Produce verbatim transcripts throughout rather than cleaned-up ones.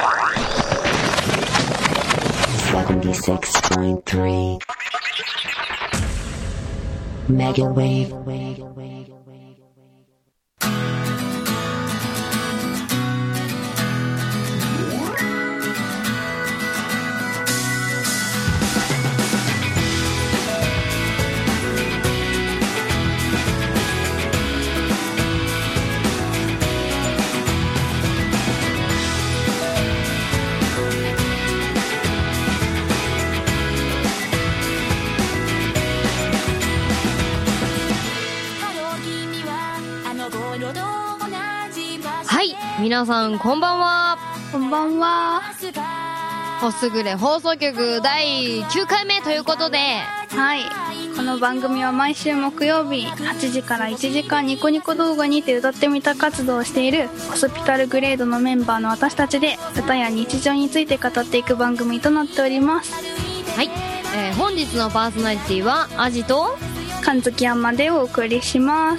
seventy-six point three Mega Wave. 皆さんこんばんは。 こんばんは。 ホスグレ放送局だいきゅうかいめということで、 はい、この番組は毎週木曜日はちじからいちじかんニコニコ動画にて歌ってみた活動をしているホスピタルグレードのメンバーの私たちで歌や日常について語っていく番組となっております。 はい、えー、本日のパーソナリティはアジと神月山でお送りします。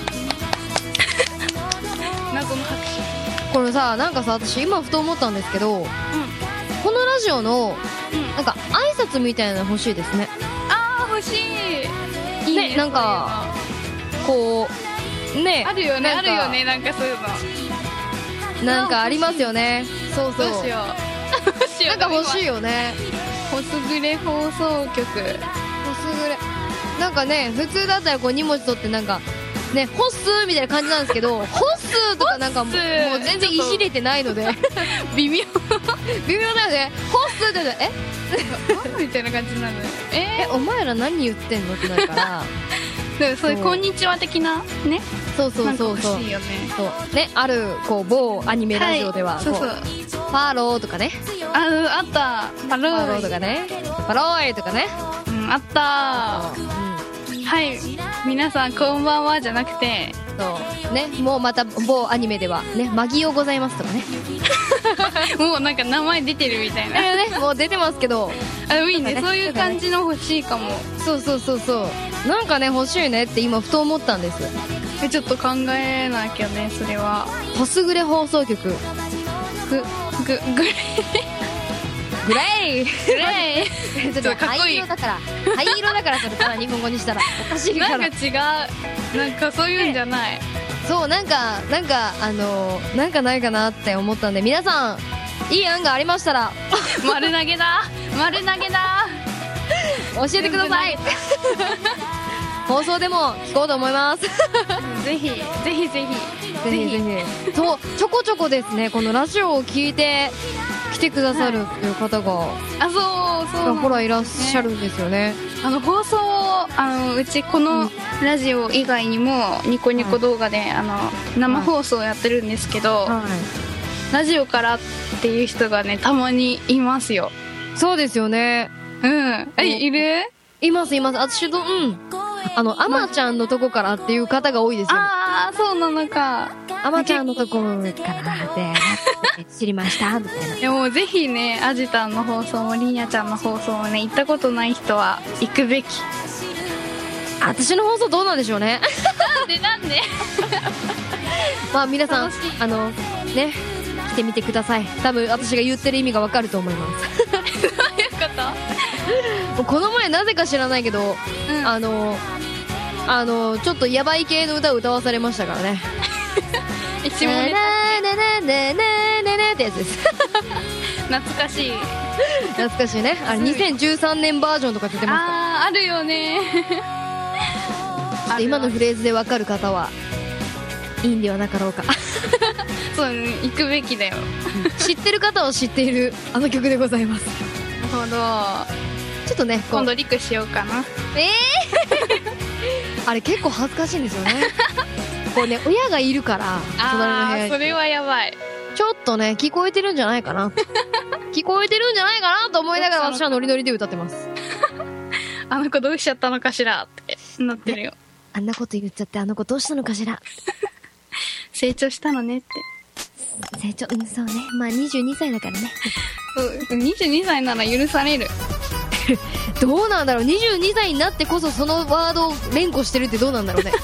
謎の拍手。 これさ、なんかさ、私今ふと思ったんですけど、うん、このラジオの、うん、なんか挨拶みたいなの欲しいですね。 あー欲しい。いいね、 ね、なんかこうね、 あるよね、あるよね、なんかそういうのなんかありますよね。そうそう、 どうしようなんか欲しいよね。 ホスグレ放送局、ホスグレなんかね、普通だったらこうに文字取ってなんかね、ホッスーみたいな感じなんですけど、ホッスーとかなんかもう全然いじれてないので微妙微妙だよね。ホッスーってえみたいな感じなのよ。 えー、お前ら何言ってんのってなるからでもそういうこんにちは的なね。 そうそうそうそう、 欲しいよね。 そうね、あるこう某アニメラジオでは、はい、そうそう、パローとかね、 ああったパローパローとかね、パローイとかね、 うん、あったー、うん、はい、皆さんこんばんはじゃなくて、 そうね、もうまた某アニメではね、マギオございますとかねもうなんか名前出てるみたいなね、もう出てますけど、 あ、いいね、そういう感じの欲しいかも。 そうそうそうそう、なんかね欲しいねって今ふと思ったんです。 え、ちょっと考えなきゃね、それは。 ホスグレ放送局、 グググレイグレイグレイちょっとかっこいい。灰色だから灰色だからそれから日本語にしたらおかしいから。 なんか違う、なんかそういうんじゃない。 そう、なんかなんかあのー、なんかないかなって思ったんで、皆さんいい案がありましたら丸投げだ丸投げだ教えてください放送でも聞こうと思いますぜひぜひぜひぜひぜひそう、ちょこちょこですね、このラジオを聞いて来てくださるっていう方が、はい、 あ、そうそう、 ほらいらっしゃるんですよね。 あの放送を、あのうちこのラジオ以外にもニコニコ動画で、はい、あの生放送やってるんですけど、はい、ラジオからっていう人がねたまにいますよ。 そうですよね。 うん、え、いる？ いますいます。私と、うん、あのアマちゃんのとこからっていう方が多いですよね。 ああ、そうなのか。 アマちゃんのとこからって知りましたみたいな。 いや、もうぜひね、アジタンの放送もリーニャちゃんの放送もね、行ったことない人は行くべき。 私の放送どうなんでしょうね。 なんでなんでまあ皆さん、あのね、来てみてください。多分私が言ってる意味がわかると思いますどういうこと？ この前なぜか知らないけど、うん、あのあのちょっとヤバい系の歌を歌わされましたからね一問ネタねねねねねねってやつです懐かしい懐かしいね。あれにせんじゅうさんねんバージョンとか出てますから。 あー、あるよねちょっと今のフレーズで分かる方はいいんではなかろうかそう、行くべきだよ知ってる方は知っているあの曲でございます。 なるほど。 ちょっとね、 今度リクしようかな。 えーあれ結構恥ずかしいんですよねこうね、親がいるから隣の部屋に。 それはやばい。 ちょっとね、聞こえてるんじゃないかな聞こえてるんじゃないかなと思いながら私はノリノリで歌ってますあの子どうしちゃったのかしらってなってるよ、ね、 あんなこと言っちゃって、あの子どうしたのかしら成長したのねって。 成長、うん、そうね。まあにじゅうにさいだからねそう、にじゅうにさいなら許されるどうなんだろう、にじゅうにさいになってこそそのワードを連呼してるってどうなんだろうね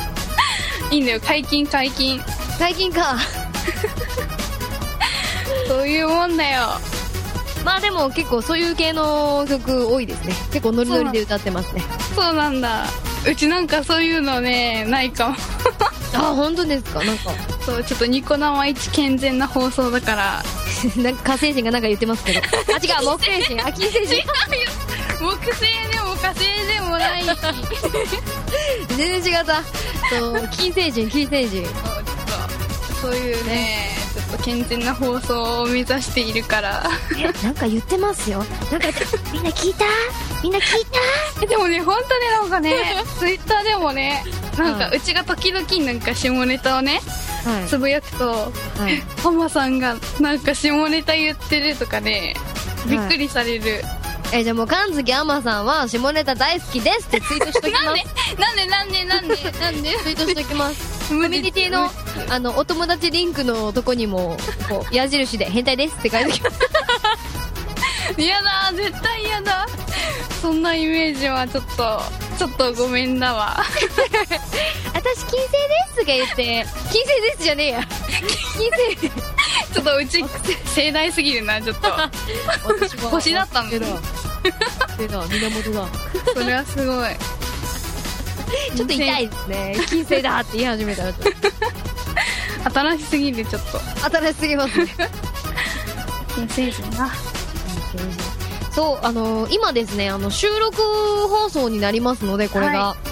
いいんだよ、解禁解禁解禁かそそういうもんだよ。 まあでも結構そういう系の曲多いですね。結構ノリノリで歌ってますね。 そうなんだ。うちなんかそういうのねないかも。 あ、本当ですか。なんかそう、ちょっとニコ生一健全な放送だからなんか火星人がなんか言ってますけどあ、違う、木星人、あ、金星人。 木星でも火星でもないし全然違った。そう金星人、金星人。 そう、ちょっとそういうね、ちょっと健全な放送を目指しているからえ、なんか言ってますよ。なんかみんな聞いたみんな聞いたでもね、本当になんかねツイッターでもね、なんかうちが時々なんか下ネタをね、はい、つぶやくと、はい、ハマさんがなんか下ネタ言ってるとかね、びっくりされる、 はい、え、じゃあもう神月アマさんは下ネタ大好きですってツイートしときますなんでなんでなんでなんでツイートしときますコミュニティのあのお友達リンクのとこにもこう矢印で変態ですって書いておきます嫌だ、絶対嫌だ。そんなイメージはちょっとちょっとごめんだわ私金星ですとか言って金星ですじゃねえや金星ちょっとうち盛大すぎるな、ちょっと星だったんだけど出た、源だそれはすごいちょっと痛いですね。金星だって言い始めたらちょっと新しすぎる、ちょっと新しすぎますね金星人な。 そう、あのー、今ですね、あの収録放送になりますので、これが、はい、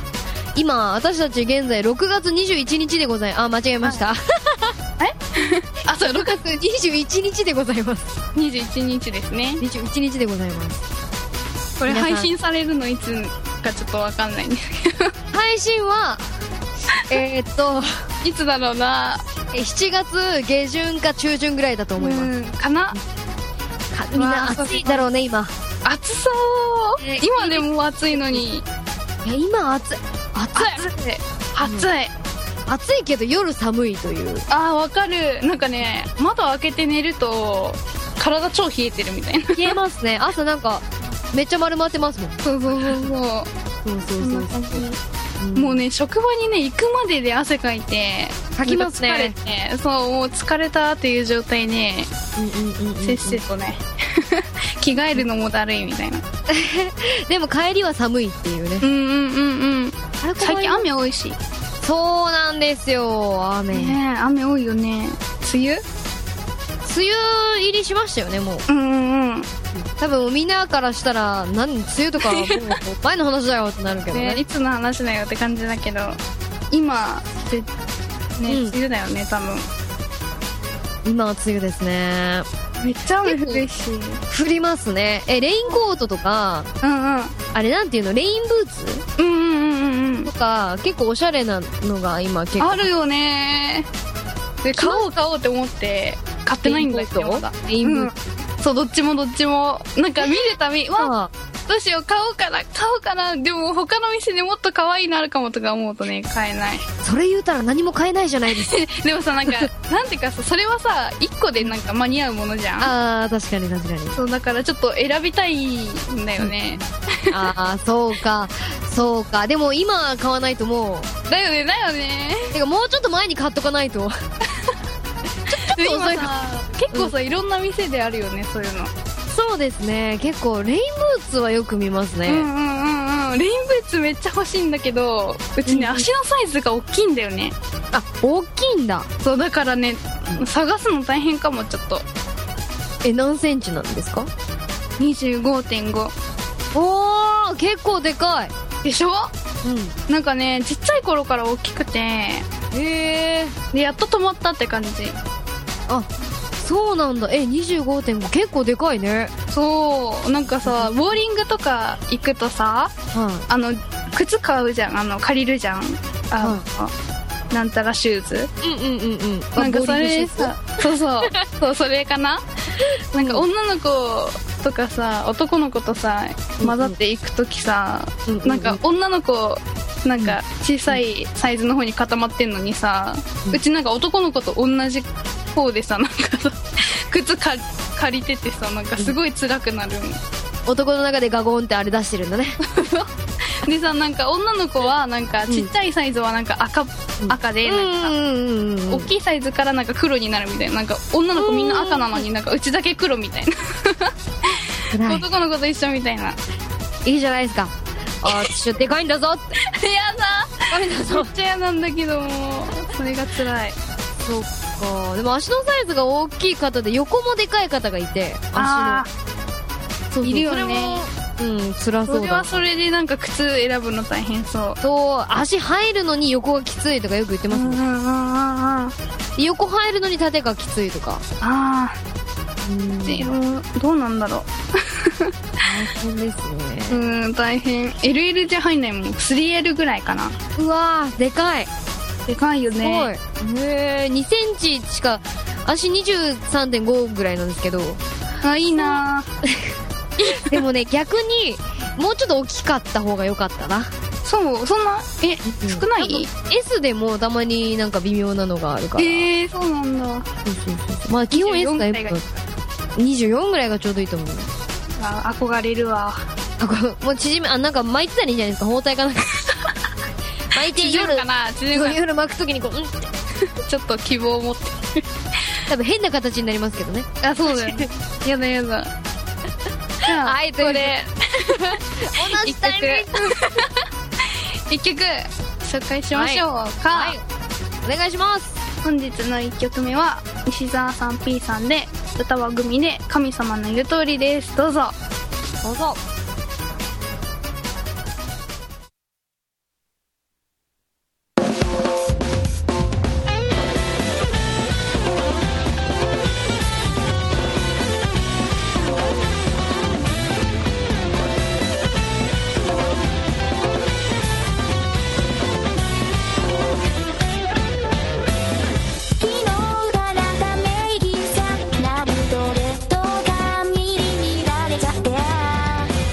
今私たち現在ろくがつにじゅういちにちでございます。あ、間違えました、はい、えあ、そう、ろくがつにじゅういちにちでございます。 にじゅういちにちですね。 にじゅういちにちでございます。 これ配信されるのいつかちょっとわかんないんですけど配信はえーっといつだろうな、 しちがつげじゅんか中旬ぐらいだと思います。 かな。 みんな暑いだろうね、今。 暑そう、えー、今でも暑いのに。いや、今暑い暑い暑い、 うん、暑いけど夜寒いという。 あー、わかる。なんかね、窓開けて寝ると体超冷えてるみたいな。 冷えますね。朝なんかめっちゃ丸まってますもん。 そうそうそうそうそうそうそうそう、もうね、職場にね行くまでで汗かいて、 かきますね。 疲れて、そう、もう疲れたっていう状態で、せっせとね着替えるのもだるいみたいなでも帰りは寒いっていうね。 うんうんうんうん。最近雨多いし。 そうなんですよ、雨ね。雨多いよね。梅雨梅雨入りしましたよね、もう。 うんうんうん。 多分みんなからしたら何、梅雨とかもう前の話だよってなるけど ね, ね。いつの話だよって感じだけど、今でね、うん、梅雨だよね、多分。 今は梅雨ですね。 めっちゃ雨降るし。 降りますね。え、レインコートとか、 うんうん、 あれなんていうの、レインブーツ、 うんうんうんうん、 とか結構おしゃれなのが今結構あるよね。で、買おう買おうって思って買ってないんだけど、 レインブーツ、 うん、そう、どっちもどっちもなんか見るたびわどうしよう、買おうかな買おうかな、でも他の店でもっと可愛いのあるかもとか思うとね、買えない。 それ言うたら何も買えないじゃないですかでもさ、なんかなんていうかさ、それはさいっこでなんか間に合うものじゃん。 あー、確かに確かに。 そう、だからちょっと選びたいんだよねあー、そうかそうか。でも今買わないともうだよねだよね。 てかもうちょっと前に買っとかないとちょっと遅いか。結構さ、うん、いろんな店であるよね、そういうの。 そうですね、結構レインブーツはよく見ますね。 うんうんうんうん。レインブーツめっちゃ欲しいんだけど、うちね、うん、足のサイズが大きいんだよね。 あ、大きいんだ。 そう、だからね、探すの大変かも、ちょっと。 え、何センチなんですか？ にじゅうごてんご。 おー、結構でかいでしょ。 うん、 なんかね、ちっちゃい頃から大きくて、へえ。 で、やっと止まったって感じ。 あ、そうなんだ。え、にじゅうごてんご 結構でかいね。 そう、なんかさ、ボーリングとか行くとさ、うん、あの靴買うじゃん、あの借りるじゃん、あの、うん、なんたらシューズ。 うんうんうんうん。 なんかそれさ、そうそうそうそれかな。なんか女の子とかさ、男の子とさ混ざっていくときさ、うんうん、なんか女の子なんか小さいサイズの方に固まってんのにさ、うん、うちなんか男の子と同じ方でさ、なんかさ靴か借りててさ、なんかすごい辛くなる、 うん、男の中でガゴンってあれ出してるんだねでさ、なんか女の子はなんかちっちゃいサイズはなんか赤赤で、なんか、 うんうんうん。 大きいサイズからなんか黒になるみたいな。なんか女の子みんな赤なのになんかうちだけ黒みたいな。 辛い男の子と一緒みたいな。 いいじゃないですか。あー、私はでかいんだぞって。 やだでかいんだぞ。 めっちゃ嫌なんだけども、それが辛い。 そっか。でも足のサイズが大きい方で横もでかい方がいて、足の。 あそうそういるよね。 それもうん、辛あ、 そうだ。 それはそれでなんか靴選ぶの大変そう。 そう、足入るのに横がきついとかよく言ってますもん。 うんうんうんうん。 横入るのに縦がきついとか。 あうんあ、でもどうなんだろ大変ですう。 ね。 うん、大変。エルエル じゃ入んないもん。スリーエル ぐらいかな。 うわー、でかい。 でかいよすごい。 ね。 へー、にセンチしか、足 にじゅうさんてんご ぐらいなんですけど。 あ、いいなでもね、逆に、もうちょっと大きかった方が良かったな。 そう、そんな、え、少ない？ S でもたまになんか微妙なのがあるから。 えー、そうなんだ。 そうそうそうそう。まあ基本 S がやっぱにじゅうよんぐらいがちょうどいいと思う。 あ、憧れるわ。 あ、これ、もう縮め、あ、なんか巻いてたらいいんじゃないですか、包帯かなんか。巻いて夜、 かな縮むかそう夜巻くときにこう、うんって。 ちょっと希望を持って多分変な形になりますけどね。 あ、そうだよね。やだやだ。じゃあ、 はい、ということで。同じタイミング。 一曲、紹介しましょうか。 はい。お願いします。 本日の一曲目は、西澤さん P さんで、歌はグミで神様の言う通りです。どうぞ。 どうぞ。 昨日からため息さナルトレッドが見に見られちゃって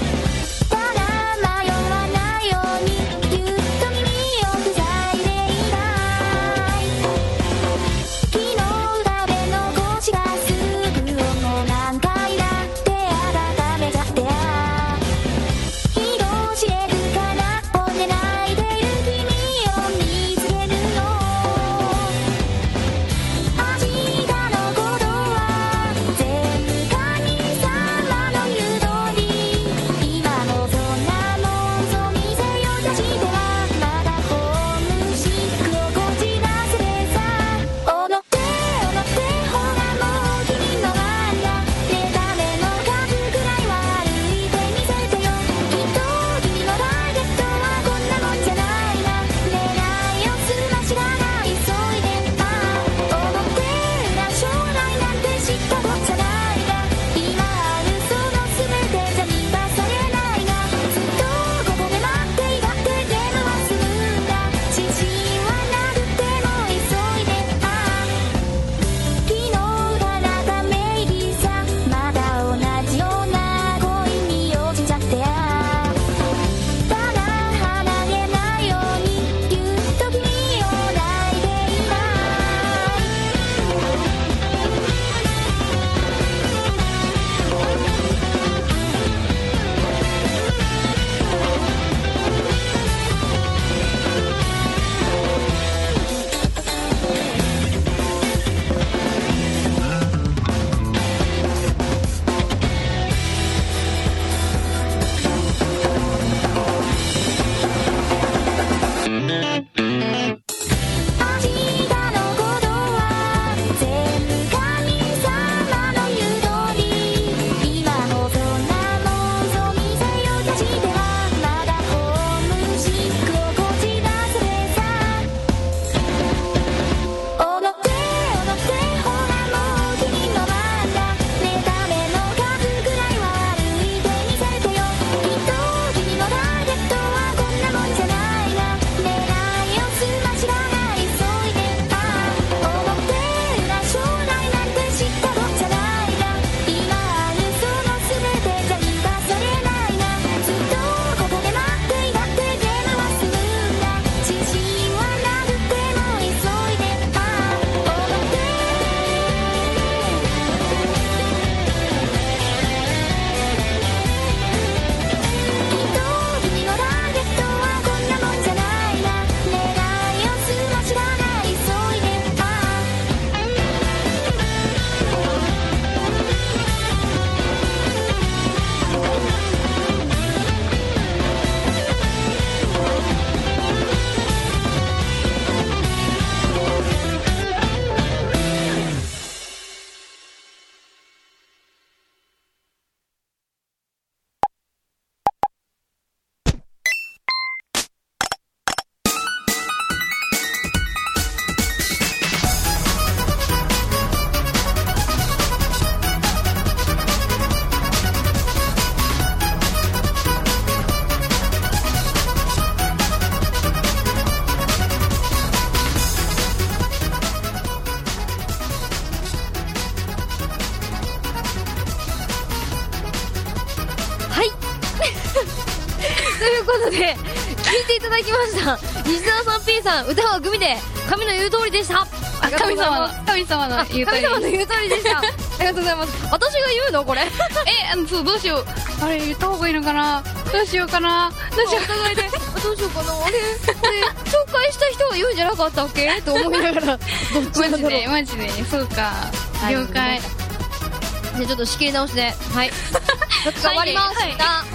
ということで聞いていただきました西澤さん P さん歌はグミで神の言う通りでした。 あ、神様の神様の言う通り。 神様の言う通りでした。ありがとうございます。私が言うのこれ。 え、あの、そう、どうしよう。あれ言った方がいいのかな。どうしようかな。どうしようかな。 どうしようかな。あれ、これ紹介した人が言うんじゃなかったっけと思いながら。どっちマジでマジでそうか。了解。 じゃあちょっと仕切り直しで、はい。終わりました。はい、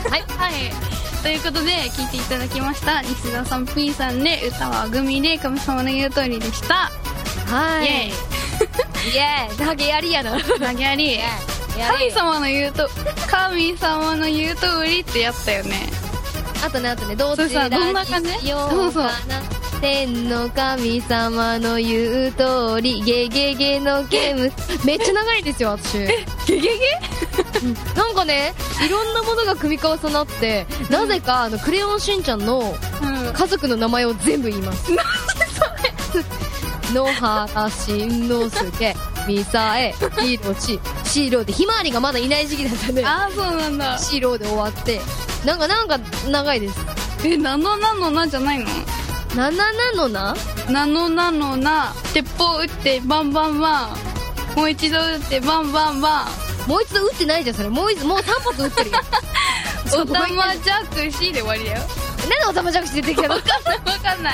はい、はい。ということで聞いていただきました西澤さん P さんで歌はグミで神様の言う通りでした。 はい。 イエーイ。 イエーイ。投げやりやな。 投げやり。神様の言うと神様の言う通りってやったよね。 あとねあとねどうちらにしようかな。天の神様の言う通りゲゲゲのゲーム。めっちゃ長いですよ私。えゲゲゲなんかねいろんなものが組み重なって、うん、なぜかあのクレヨンしんちゃんの家族の名前を全部言います。 何それ野原しんのすけみさえひろししろでひまわりがまだいない時期だったんで、 ああそうなんだ。 しろで終わってなんかなんか長いです。 えなのなのなじゃないの。 なななのななのなのな鉄砲撃ってバンバンバンもう一度撃ってバンバンバンもう一度撃ってないじゃんそれ。もう一度もうさん発撃ってるよおたまじゃくしで終わりだよ。 なんでおたまじゃくし出てきたの。 わかんないわかんない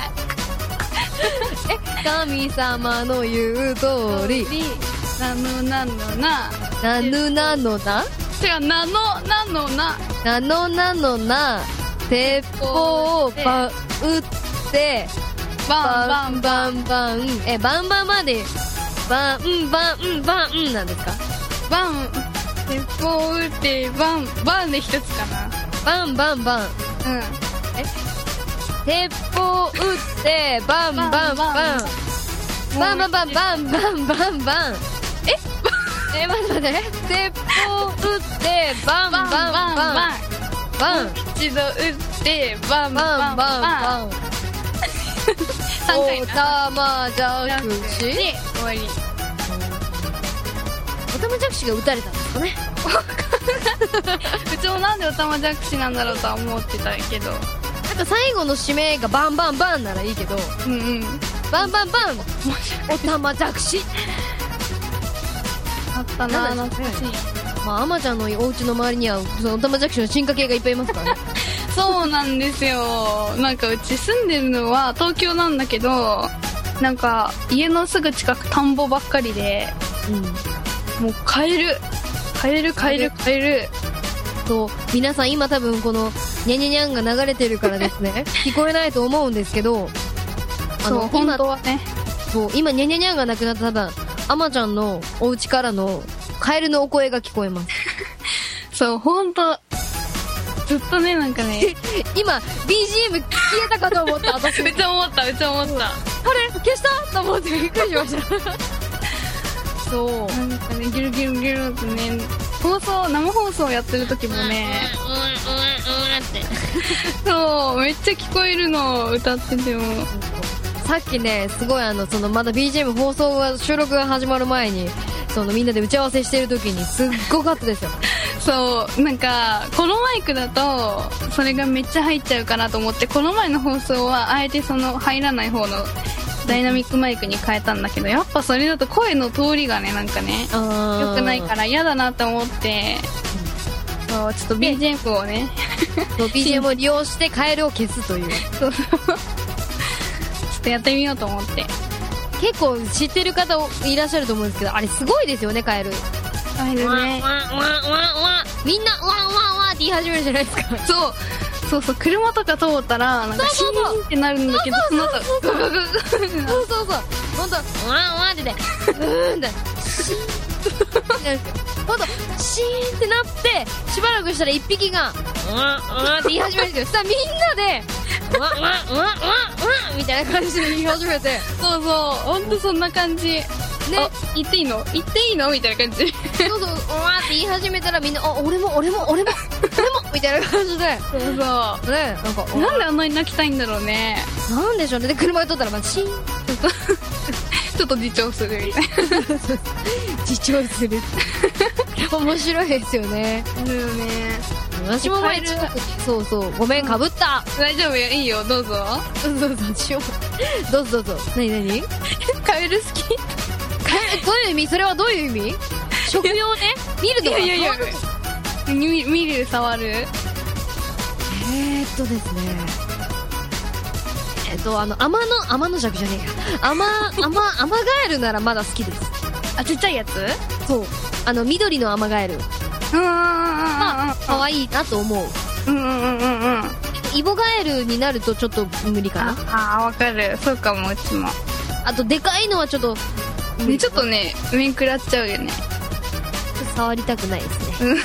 え神様の言う通りなのなのななぬなのな違うなのなのななのなのな鉄砲をバン撃ってバンバンバンバンえバンバンまでバンバンバンなんですか。 バン鉄砲撃ってバンバンで一つかな。 バンバンバンうんえ鉄砲撃ってバンバンバンバンバンバンバンバンバンバンええ待って待って鉄砲撃ってバンバンバンバンバン一度撃ってバンバンバンバンさんかいな。 おたまじゃくし終わり。 おたまじゃくしが撃たれたんですかね。 うちもなんでおたまじゃくしなんだろうとは思ってたけど、 なんか最後の締めがバンバンバンならいいけど、 うんうんバンバンバンおたまじゃくしあったな。懐かしい。 まああまちゃんのお家の周りにはそのおたまじゃくしの進化系がいっぱいいますからね。 そうなんですよ。なんかうち住んでるのは東京なんだけど、なんか家のすぐ近く田んぼばっかりで、うん、もうカエルカエルカエルカエルと皆さん今多分このニャニャニャンが流れてるからですね聞こえないと思うんですけど、 あの本当はね、 そう今ニャニャニャンがなくなった多分あまちゃんのお家からのカエルのお声が聞こえます。 そう本当ずっとねなんかね今 ビージーエム 消えたかと思った私。 めっちゃ思っためっちゃ思った。 あれ消したと思ってびっくりしましたそうなんかねギュルギュルギュルってね放送生放送やってる時もねうんうんうんうんってそうめっちゃ聞こえるの歌ってても。 さっきねすごいあのそのまだ ビージーエム 放送が収録が始まる前にそのみんなで打ち合わせしてる時にすっごかったですよそうなんかこのマイクだとそれがめっちゃ入っちゃうかなと思ってこの前の放送はあえてその入らない方のダイナミックマイクに変えたんだけどやっぱそれだと声の通りがねなんかね良くないから嫌だなと思って、うん、そうちょっと ビージーエム をねそう ビージーエム を利用してカエルを消すというそうちょっとやってみようと思って結構知ってる方いらっしゃると思うんですけどあれすごいですよねカエル。 カエルねわわわわわみんなわわわって言い始めるじゃないですか。 そうそうそう車とか通ったらなんかシーンってなるんだけどその後ガガガガそうそうそう本当わわってねうーんだシーン本当シーンってなってしばらくしたら一匹がわわって言い始めるんですよ。そしたらみんなでわわわわわみたいな感じで言い始めてそうそう本当そんな感じね。言っていいの言っていいのみたいな感じそうそうわーって言い始めたらみんなあ俺も俺も俺も俺もみたいな感じでそうそうねなんかなんであんなに泣きたいんだろうね。 なんでしょうね。で車で撮ったらまあシーンちょっと自重するみたいな自重する面白いですよね。 そうよね。 私も前近くに、そうそう、ごめん、かぶった。 大丈夫よ、いいよ、どうぞ。 そうそうそう、しよう。どうぞどうぞ。なになにカエル好き？ カエル、どういう意味？それはどういう意味？食用ね？見るのは？ いやいやいや、見、見る、触る？ えーっとですね。えっと、あの、アマの、アマの尺じゃねえや。アマ、アマ、アマガエルならまだ好きです。 あ、ちっちゃいやつ？ そう。あの、緑のアマガエル。 うんうんうんうん。 まあ、可愛いなと思う。 うんうんうんうんうん。 イボガエルになるとちょっと無理かな。 ああ、わかる。そうかも、うちも。 あと、でかいのはちょっと、 ね、ちょっとね、上に食らっちゃうよね。 触りたくないですね。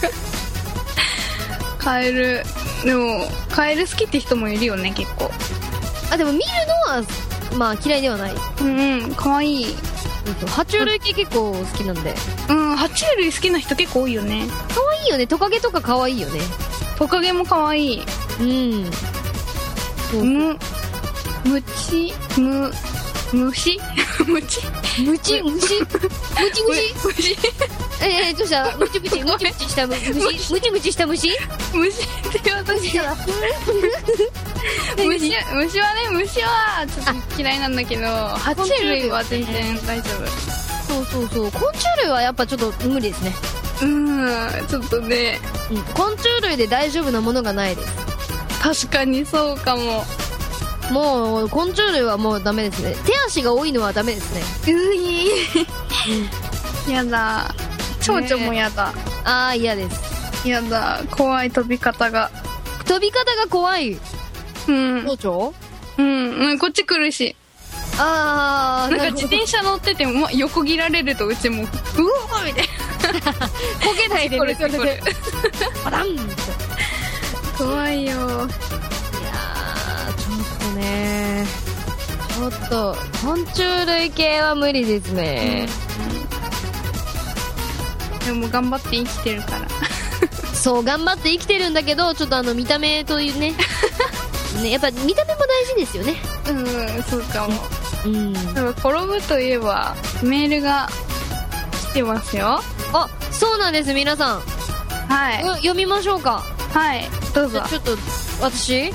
カエル、でも、カエル好きって人もいるよね、結構。 あ、でも見るのは、まあ嫌いではない。 うんうん、かわいい。 爬虫類系結構好きなんで。 うん、爬虫類好きな人結構多いよね。 可愛いよね。トカゲとか可愛いよね。 トカゲも可愛い。 うん。そうそう、 む、むち、む、虫むちむち、虫むちむち虫えー、どうしたむちむち、むちむちした虫むちむちした虫虫って言おうとした虫、虫はね、虫はちょっと嫌いなんだけど、爬虫類は全然大丈夫。そうそうそう。昆虫類はやっぱちょっと無理ですね。 うん、ちょっとね、 うん、昆虫類で大丈夫なものがないです。 確かにそうかも。 もう昆虫類はもうダメですね。手足が多いのはダメですね。 ういーやだ。蝶々もやだ。 ああ、嫌です。 やだ。怖い、飛び方が。 飛び方が怖い。 うん。 蝶々？ うん、うん、こっち来るし。 ああ、 なんか自転車乗ってても、ま、横切られるとうちもうわーみたいな。 こけないでね、それでパランって。 怖いよ。 いやー、ちょっとね、ちょっと昆虫類系は無理ですね。 うん、でも頑張って生きてるから。 そう、頑張って生きてるんだけど、ちょっとあの見た目というね。ね、やっぱ見た目も大事ですよね。 うん、そうかも。 うん。 転ぶといえばメールが来てますよ。 あ、そうなんです、皆さん。 はい。 読みましょうか。 はい、どうぞ。 ちょっと私、うん、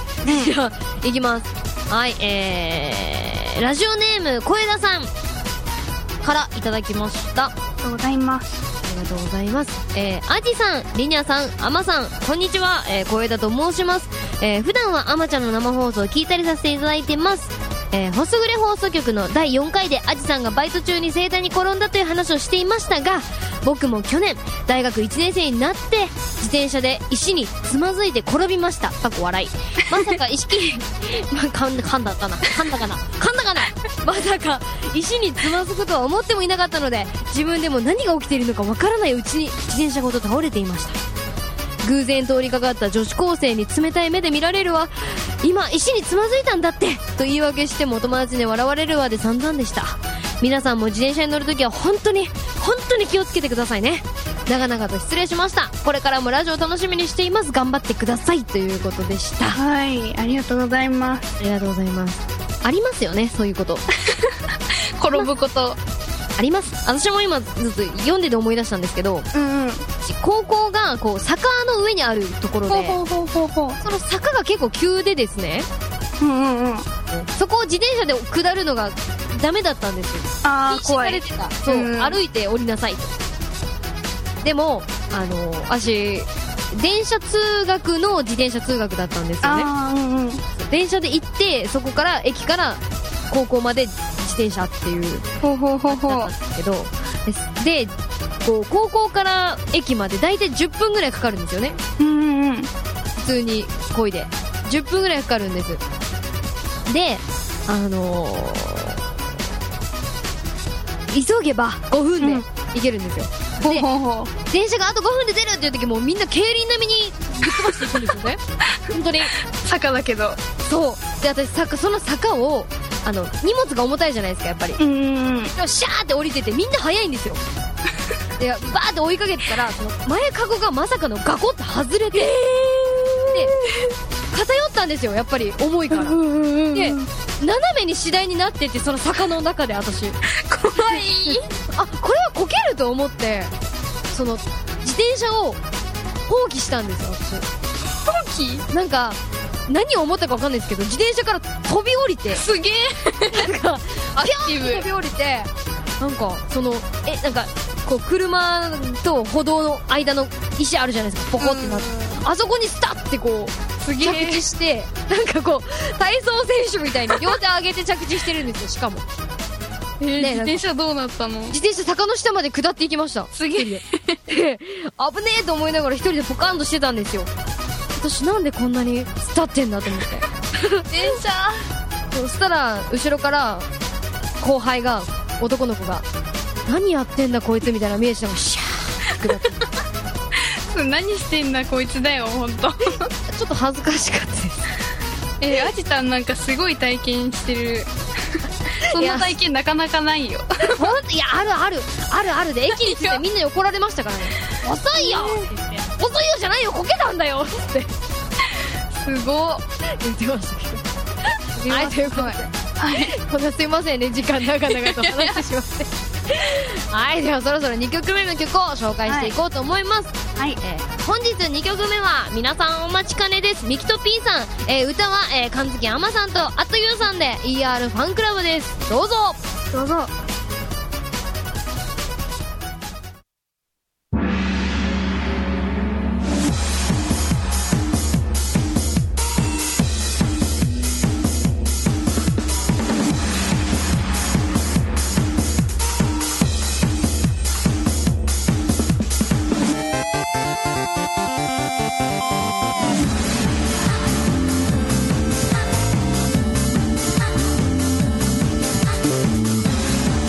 じゃあいきます。はい、えー、ラジオネーム小枝さんからいただきました。 ありがとうございます。 ありがとうございます。えー、アジさん、リニャさん、アマさん、こんにちは。えー、小枝と申します。えー、普段はアマちゃんの生放送を聞いたりさせていただいてます。えー、ホスグレ放送局のだいよんかいでアジさんがバイト中に盛大に転んだという話をしていましたが、僕も去年大学いちねん生になって自転車で石につまずいて転びました。かっこ笑い。まさか意識まあ、噛んだ、噛んだかな噛んだかな噛んだかなまさか石につまずくとは思ってもいなかったので、自分でも何が起きているのかわからないうちに自転車ごと倒れていました。偶然通りかかった女子高生に冷たい目で見られるわ、今石につまずいたんだってと言い訳しても友達に笑われるわで散々でした。皆さんも自転車に乗るときは本当に本当に気をつけてくださいね。長々と失礼しました。これからもラジオ楽しみにしています。頑張ってくださいということでした。 はい、ありがとうございます。 ありがとうございます。ありますよね、そういうこと転ぶことあります。私も今ずっと読んでて思い出したんですけど、 うんうん、 高校がこう坂の上にあるところで、 ほうほうほうほうほう、 その坂が結構急でですね、 うんうんうん、 そこを自転車で下るのがダメだったんですよ。 あー、怖い。 禁止されてた。そう、うん、歩いて降りなさいと。でもあの私電車通学の自転車通学だったんですよね。 あー、うんうん、 電車で行ってそこから駅から高校まで自転車っていうほうほうほうほうだったんですけど、でこう高校から駅まで大体じゅっぷんぐらいかかるんですよね。 うんうんうん、 普通に漕いでじゅっぷんぐらいかかるんです。であのー、急げばごふんで行けるんですよ、うん、でほうほうほう、 電車があとごふんで出るっていう時もうみんな競輪並みにぶっ飛ばしていくんですよね本当に坂だけど。 そうで、私坂その坂をあの荷物が重たいじゃないですか、やっぱり。 うんうんうん、 シャーって降りててみんな速いんですよでバーって追いかけてたら、その前かごがまさかのガコって外れて、で偏ったんですよ、やっぱり重いから。で斜めに次第になってって、その坂の中で私怖いあ、これはこけると思って、その自転車を放棄したんですよ私。 放棄？ なんか何を思ったか分かんないですけど、自転車から飛び降りて、 すげえなんかアクティブ。 飛び降りて、なんかそのえなんかこう車と歩道の間の石あるじゃないですか、ポコってなって、あそこにスタッてこうすげえ着地して、なんかこう体操選手みたいに両手上げて着地してるんですよ。しかもえー、 ね自転車どうなったの？ 自転車坂の下まで下っていきました。 すげえ。 で危ねえと思いながら一人でポカンとしてたんですよ。私なんでこんなにスタってんだと思って自転車そしたら後ろから後輩が、男の子が何やってんだこいつみたいな見えてたのがシャーって下って何してんだこいつだよほんと。 ちょっと恥ずかしかったです。 えー、アジタンなんかすごい体験してる。そんな体験なかなかないよ。 ほんいやあるあるあるあるで、駅に着いてみんなに怒られましたからね。遅いよって言って、遅いよじゃないよこけたんだよってすごっ言ってましたけど。はい、ということで、 はい、 こんなすいませんね、時間長々と話してしまってはい、ではそろそろにきょくめの曲を紹介していこうと思います。 はい、 えー、本日にきょくめは皆さんお待ちかねです。ミキと P さん、えー、歌は、えー、神月あまさんとアットユーさんで イーアール ファンクラブです。どうぞどうぞ。 「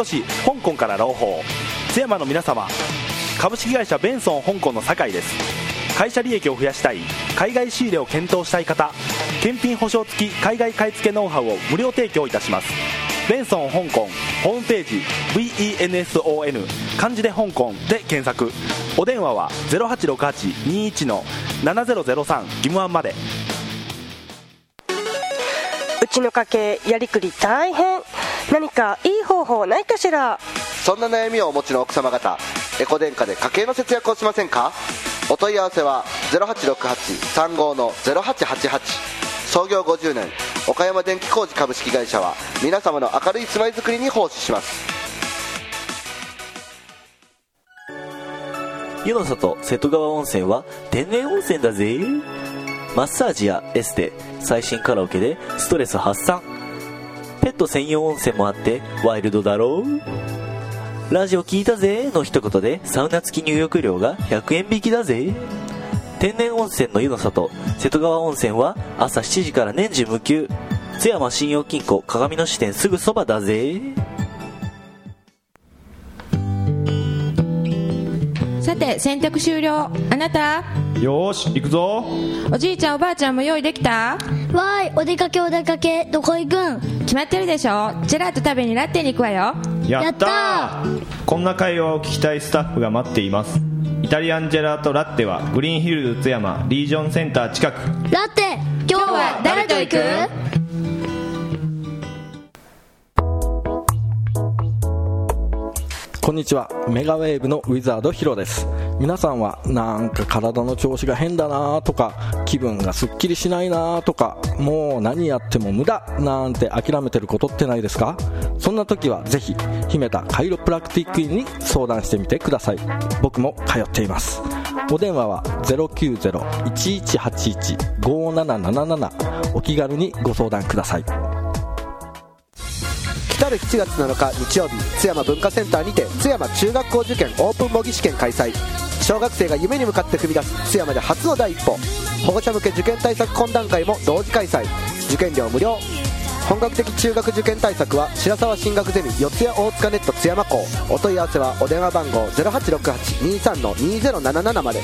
都市香港から朗報。津山の皆様、株式会社ベンソン香港の酒井です。会社利益を増やしたい、海外仕入れを検討したい方、検品保証付き海外買い付けノウハウを無料提供いたします。ベンソン香港ホームページ ブイイーエヌエスオーエヌ 漢字で香港で検索。お電話は ゼロはちろくはちにいちのななゼロゼロさん 義務案まで。 うちの家計やりくり大変、何かいい方法ないかしら。 そんな悩みをお持ちの奥様方、エコ電化で家計の節約をしませんか。お問い合わせは ゼロはちろくはちさんごのゼロはちはちはち。創業ごじゅうねん、岡山電気工事株式会社は皆様の明るい住まいづくりに奉仕します。 湯の里瀬戸川温泉は天然温泉だぜ。マッサージやエステ、最新カラオケでストレス発散。ペット専用温泉もあってワイルドだろう。ラジオ聞いたぜの一言でサウナ付き入浴料がひゃくえん引きだぜ。天然温泉の湯の里瀬戸川温泉は朝しちじから年中無休。津山信用金庫鏡の支店すぐそばだぜ。 さて洗濯終了。あなたよーし行くぞ。 おじいちゃんおばあちゃんも用意できた？ わーい、お出かけお出かけ、どこ行くん？ 決まってるでしょ。ジェラート食べにラッテに行くわよ。 やったー。こんな会話を聞きたいスタッフが待っています。イタリアンジェラートラッテはグリーンヒルズ津山リージョンセンター近く。 ラッテ、今日は誰と行く？ こんにちは、メガウェーブのウィザードヒロです。皆さんはなんか体の調子が変だなとか、気分がすっきりしないなとか、もう何やっても無駄なんて諦めてることってないですか？そんな時はぜひ姫田カイロプラクティック院に相談してみてください。僕も通っています。お電話は ゼロきゅうゼロ いちいちはちいち ごーななななな。お気軽にご相談ください。 来るしちがつなのか日曜日、津山文化センターにて津山中学校受験オープン模擬試験開催。小学生が夢に向かって踏み出す津山で初の第一歩。保護者向け受験対策懇談会も同時開催。受験料無料。本格的中学受験対策は白沢進学ゼミ四谷大塚ネット津山校。お問い合わせはお電話番号 ゼロはちろくはちにさんのにゼロななな まで。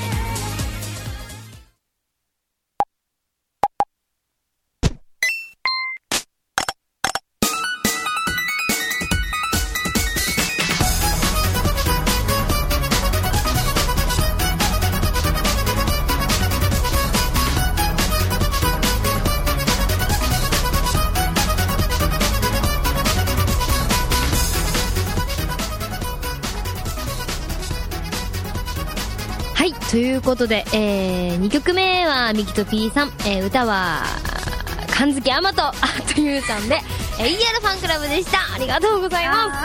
ということで、えー、にきょくめはミキと P さん、えー、歌は神月あまとあとゆうさんで イーアール ファンクラブでした。ありがとうござい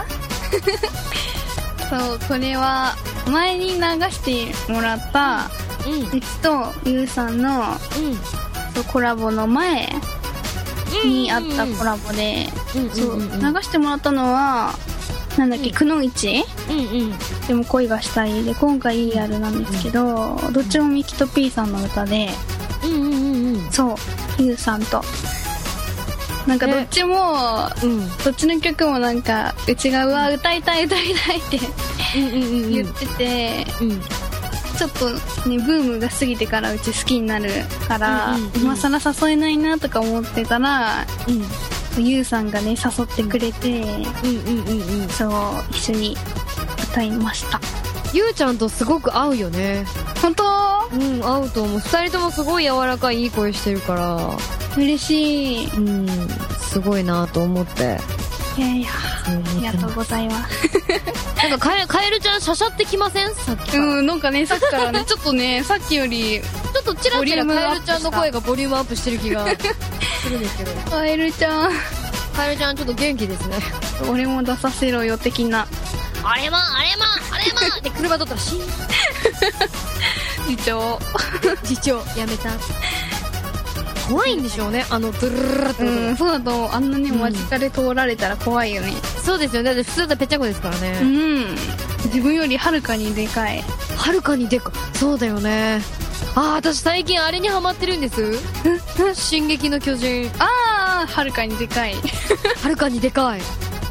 ますそう、これは前に流してもらった、うん、うちとゆうさんの、うん、そうコラボの前にあったコラボで、そう流してもらったのはなんだっけ、くのいち、うんうん、でも恋がしたいで、今回 イーアール なんですけど、うん、どっちもミキと P さんの歌で、うんうんうんうん、そうゆうさんとなんかどっちも、うん、どっちの曲もなんかうちがうわ歌いたい歌いたいって言ってて、うんうんうん、ちょっとねブームが過ぎてからうち好きになるから、うんうんうん、今更誘えないなとか思ってたら、うんゆうさんがね誘ってくれて、うんうんうんうん、そう一緒に歌いました。 ゆうちゃんとすごく合うよね。 本当？ うん合うと思う。ふたりともすごい柔らかいいい声してるから嬉しい。 うんすごいなと思って。 いやいやありがとうございますなんかカエ、カエルちゃんしゃしゃってきませんさっきから。 うんなんかねさっきからねちょっとねさっきよりちょっとチラチラカエルちゃんの声がボリュームアップしてる気がするんですけどカエルちゃんカエルちゃんちょっと元気ですね。 俺も出させろよ的なあれまあれまあれまって車取ったらシーン次長次長やめた怖いんでしょうねあのドゥルルルって。 うんそうだと思う。あんなね間近で通られたら怖いよね、 うん、そうですよね。だって普通だったらぺっちゃこですからね。 うん自分よりはるかにでかい。 はるかにでかい。そうだよね。ああ私最近あれにハマってるんです進撃の巨人。 ああはるかにでかいはるかにでかい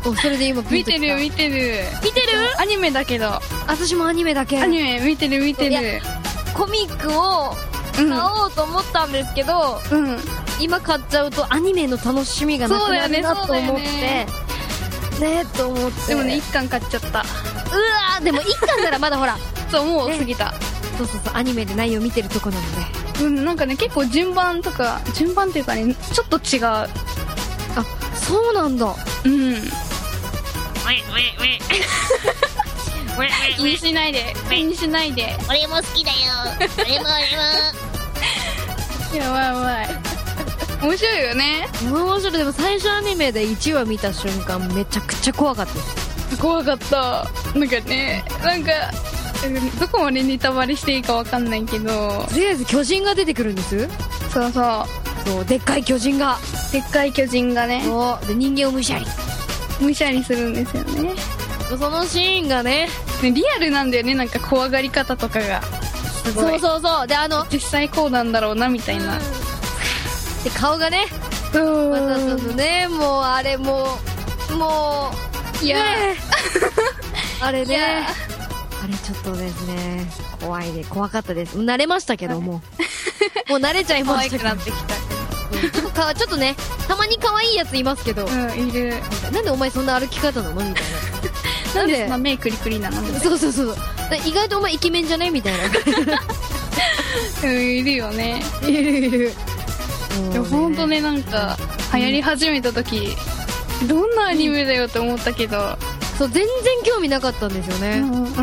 お、それで今ピン見ときた。 てる見てる見てる？ アニメだけど。 私もアニメだけ。 アニメ見てる見ていやる。 コミックを買おうと思ったんですけど、 うん。 今買っちゃうとアニメの楽しみがなくなるなと思って、ねえと思って。 でもね、一巻買っちゃった。 うわー、でも一巻ならまだほら、 そう、もう過ぎた。 そうそうそう、アニメで内容見てるとこなので。 うん、なんかね、結構順番とか、順番っていうかね、ちょっと違う。あ、 そうなんだ。 うん。気にしないで、気にしないで。 俺も好きだよ。俺も俺も。 やばいやばい。面白いよね。 面白い。でも最初アニメでいちわ見た瞬間めちゃくちゃ怖かったです。 怖かった。なんかね、なんかどこまでネタバレしていいかわかんないけど、 とりあえず巨人が出てくるんです。 そうそうそう、でっかい巨人がでっかい巨人がね、 そうで人間をむしゃりむしゃりするんですよね。 そのシーンがね、 リアルなんだよね。なんか怖がり方とかがすごい。 そうそうそう。で、あの実際こうなんだろうなみたいな。 で顔がね、またそのね、もうあれもうもういや、 ね、あれね、あれちょっとですね、怖いで怖かったです。慣れましたけども、もう慣れちゃいましたけど。可愛くなってきたけど、ちょっとかちょっとね、たまに可愛いやついますけど、 うん、いる。 なんでお前そんな歩き方なのみたいな。 なんでそんな目クリクリなの？ そうそうそう。意外とお前イケメンじゃねみたいな。 うん、いるよね。 いるいる。 いやほんとね、なんか流行り始めた時、どんなアニメだよって思ったけど、 そう全然興味なかったんですよね。 うんうんうん。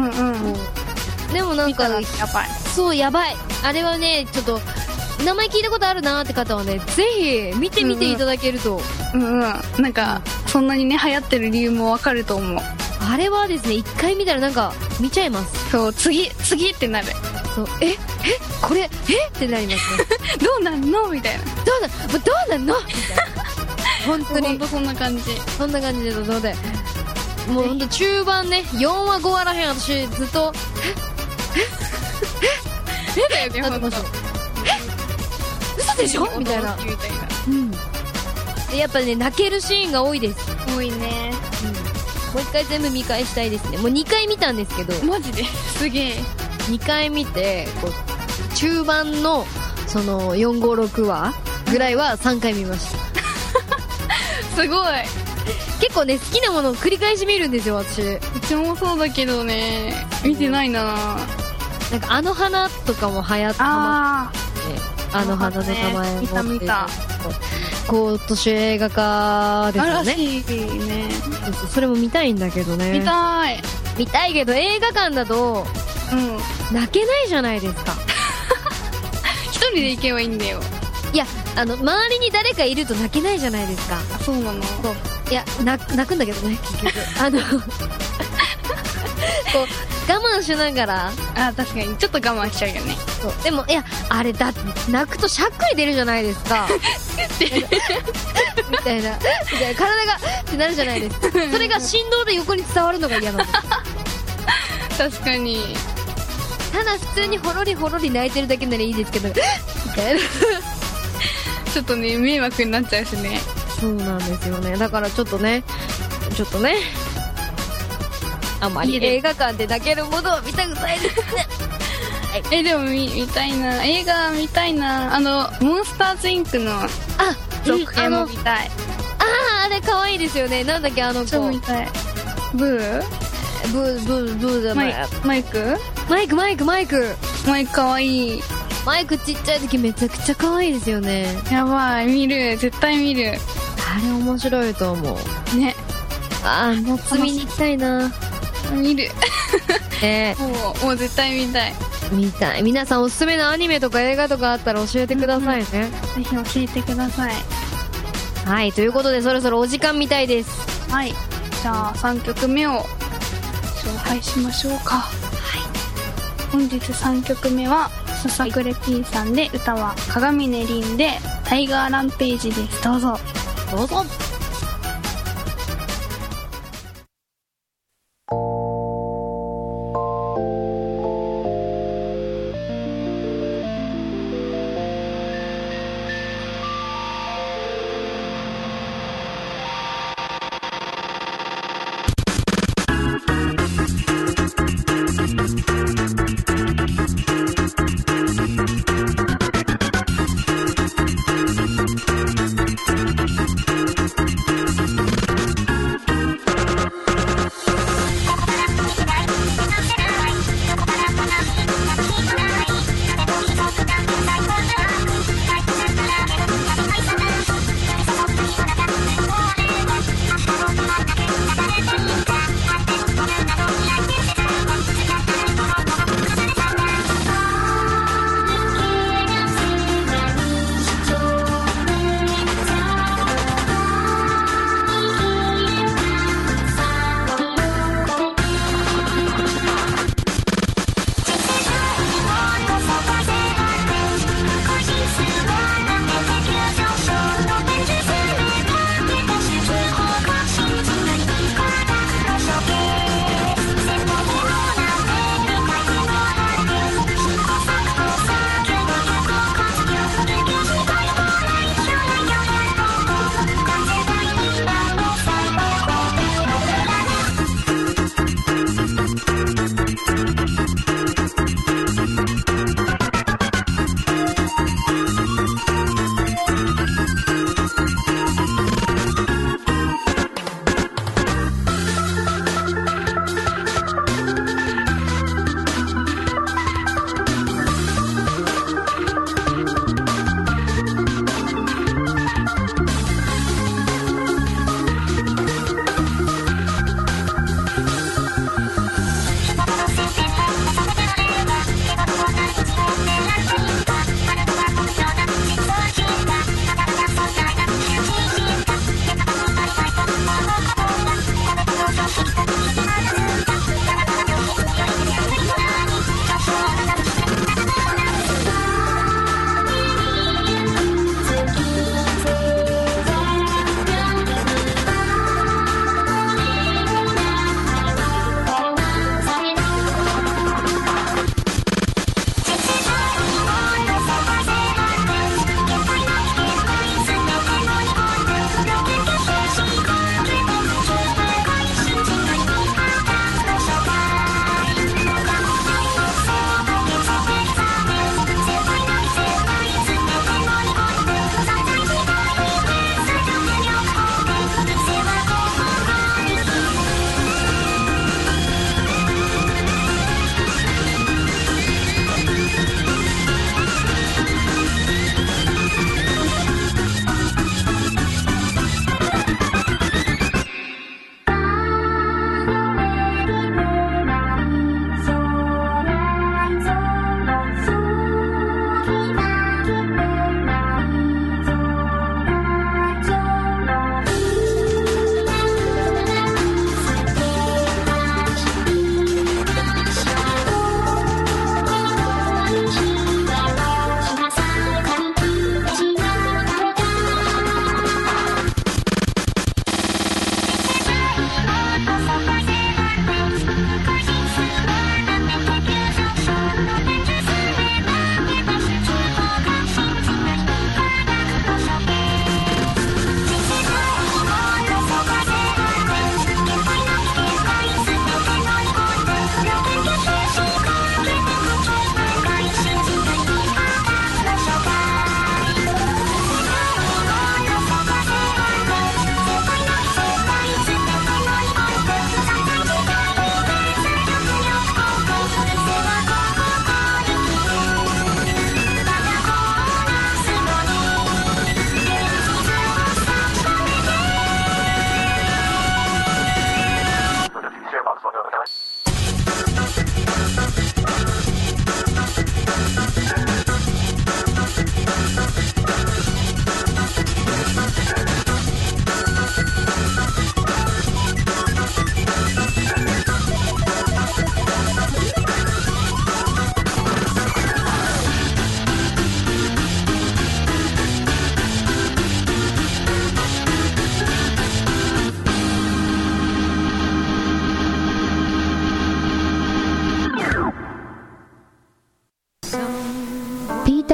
でもなんかやばい。 そうやばい。あれはね、ちょっと名前聞いたことあるなーって方はね、ぜひ見てみていただけると、 うんうん、なんかそんなにね流行ってる理由もわかると思う。 あれはですね、一回見たらなんか見ちゃいます。 そう、次次ってなる。 そう、ええこれえってなりますね。 どうなんのみたいな。 どうなんもうどうなんのみたいな。本当にほんとそんな感じ。 そんな感じですので、もうほんと中盤ね、よんわごわらへん、私ずっとええええだよね、ほんと。嘘でしょみたいな。うん。でやっぱね、泣けるシーンが多いです。 多いね。 うん。もう一回全部見返したいですね。もうにかい見たんですけど。 マジですげえ。 にかい見て、こう中盤のそのよんごろくわぐらいはさんかい見ました。 すごい。 結構ね、好きなものを繰り返し見るんですよ、私。うちもそうだけどね、見てないな。 なんかあの花とかも流行って、 あああの花の名前も、ね、 見た見た。 今年映画化ですよね。 らしいね。 そうそう、それも見たいんだけどね。 見たい。 見たいけど映画館だと、うん、泣けないじゃないですか。 一人で行けばいいんだよ。 いや、あの周りに誰かいると泣けないじゃないですか。 あ、そうなの。そう。 いや、泣くんだけどね、結局。あのこう我慢しながら。 あ、確かにちょっと我慢しちゃうよね。 そうでも、いや、あれだって泣くとしゃっくり出るじゃないですか。みたいな、みたいな、体がってなるじゃないですか。それが振動で横に伝わるのが嫌なんです。 確かに。 ただ普通にほろりほろり泣いてるだけならいいですけど、みたいな。 ちょっとね、迷惑になっちゃうしね。 そうなんですよね。だからちょっとね、ちょっとね、あんまり映画館で泣けるものを見たくないですね。 え、でも 見, 見たいな。映画見たいな。あの、モンスターズインクの続編も見たい。 ああ、あれ可愛いですよね。なんだっけ、あの子。 超見たい。ブーブー、ブー、ブーだ、 マイマイクマイク、マイク、マイク。 マイク可愛い。 マイクちっちゃい時めちゃくちゃ可愛いですよね。 やばい、見る。絶対見る。 あれ面白いと思う。 ね。 あー、夏見に行きたいな。 見る。 えー、 もう、もう絶対見たい。 見たい。皆さんおすすめのアニメとか映画とかあったら教えてくださいね。 うんうん、ぜひ教えてください。 はい、ということでそろそろお時間みたいです。 はい。じゃあさんきょくめを紹介しましょうか。はい。本日さんきょくめは、ささくれ P さんで、歌は鏡音凛でタイガーランページです。どうぞ。 どうぞ。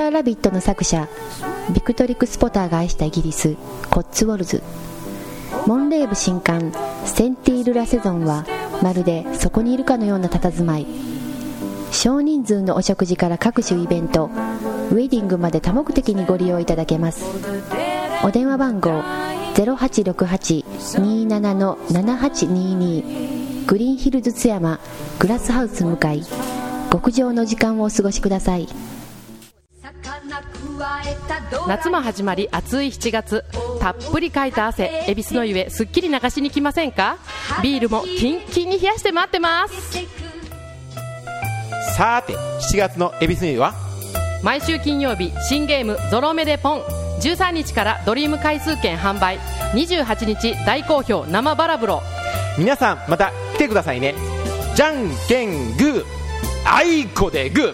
ャーラビットの作者ビクトリク・スポターが愛したイギリスコッツウォルズ。モンレーブ新刊センティール・ラセゾンはまるでそこにいるかのような佇まい。少人数のお食事から各種イベント、ウェディングまで多目的にご利用いただけます。お電話番号 ゼロはちろくはち にーなな のななはちにーにー グリーンヒルズ津山グラスハウス向かい。極上の時間をお過ごしください。 夏も始まり暑いしちがつ、たっぷりかいた汗、恵比寿の湯へすっきり流しに来ませんか？ビールもキンキンに冷やして待ってます。 さーてしちがつの恵比寿湯は毎週金曜日新ゲームゾロ目でポン、じゅうさんにちからドリーム回数券販売、にじゅうはちにち大好評生バラ風呂。 皆さんまた来てくださいね。じゃんけんグー、あいこでグー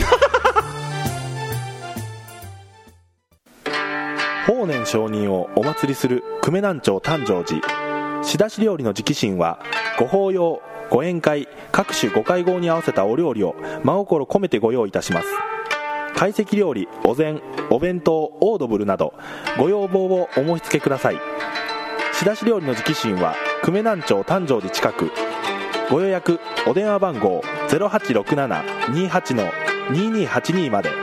法然上人をお祭りする久米南町誕生寺。仕出し料理の直進はご法要、ご宴会、各種ご会合に合わせたお料理を真心込めてご用意いたします。懐石料理、お膳、お弁当、オードブルなどご要望をお申し付けください。仕出し料理の直進は久米南町誕生寺近く。ご予約お電話番号 ゼロはちろくなな にーはち のにーにーはちにー まで。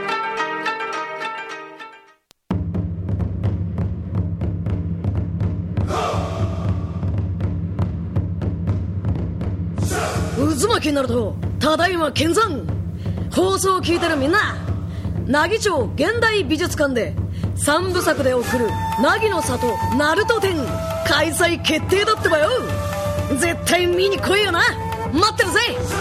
渦巻きになるとただいま見参。放送を聞いてるみんな、奈義町現代美術館でさんぶさくで送る凪の里ナルト展開催決定だってばよ。絶対見に来いよな。待ってるぜ。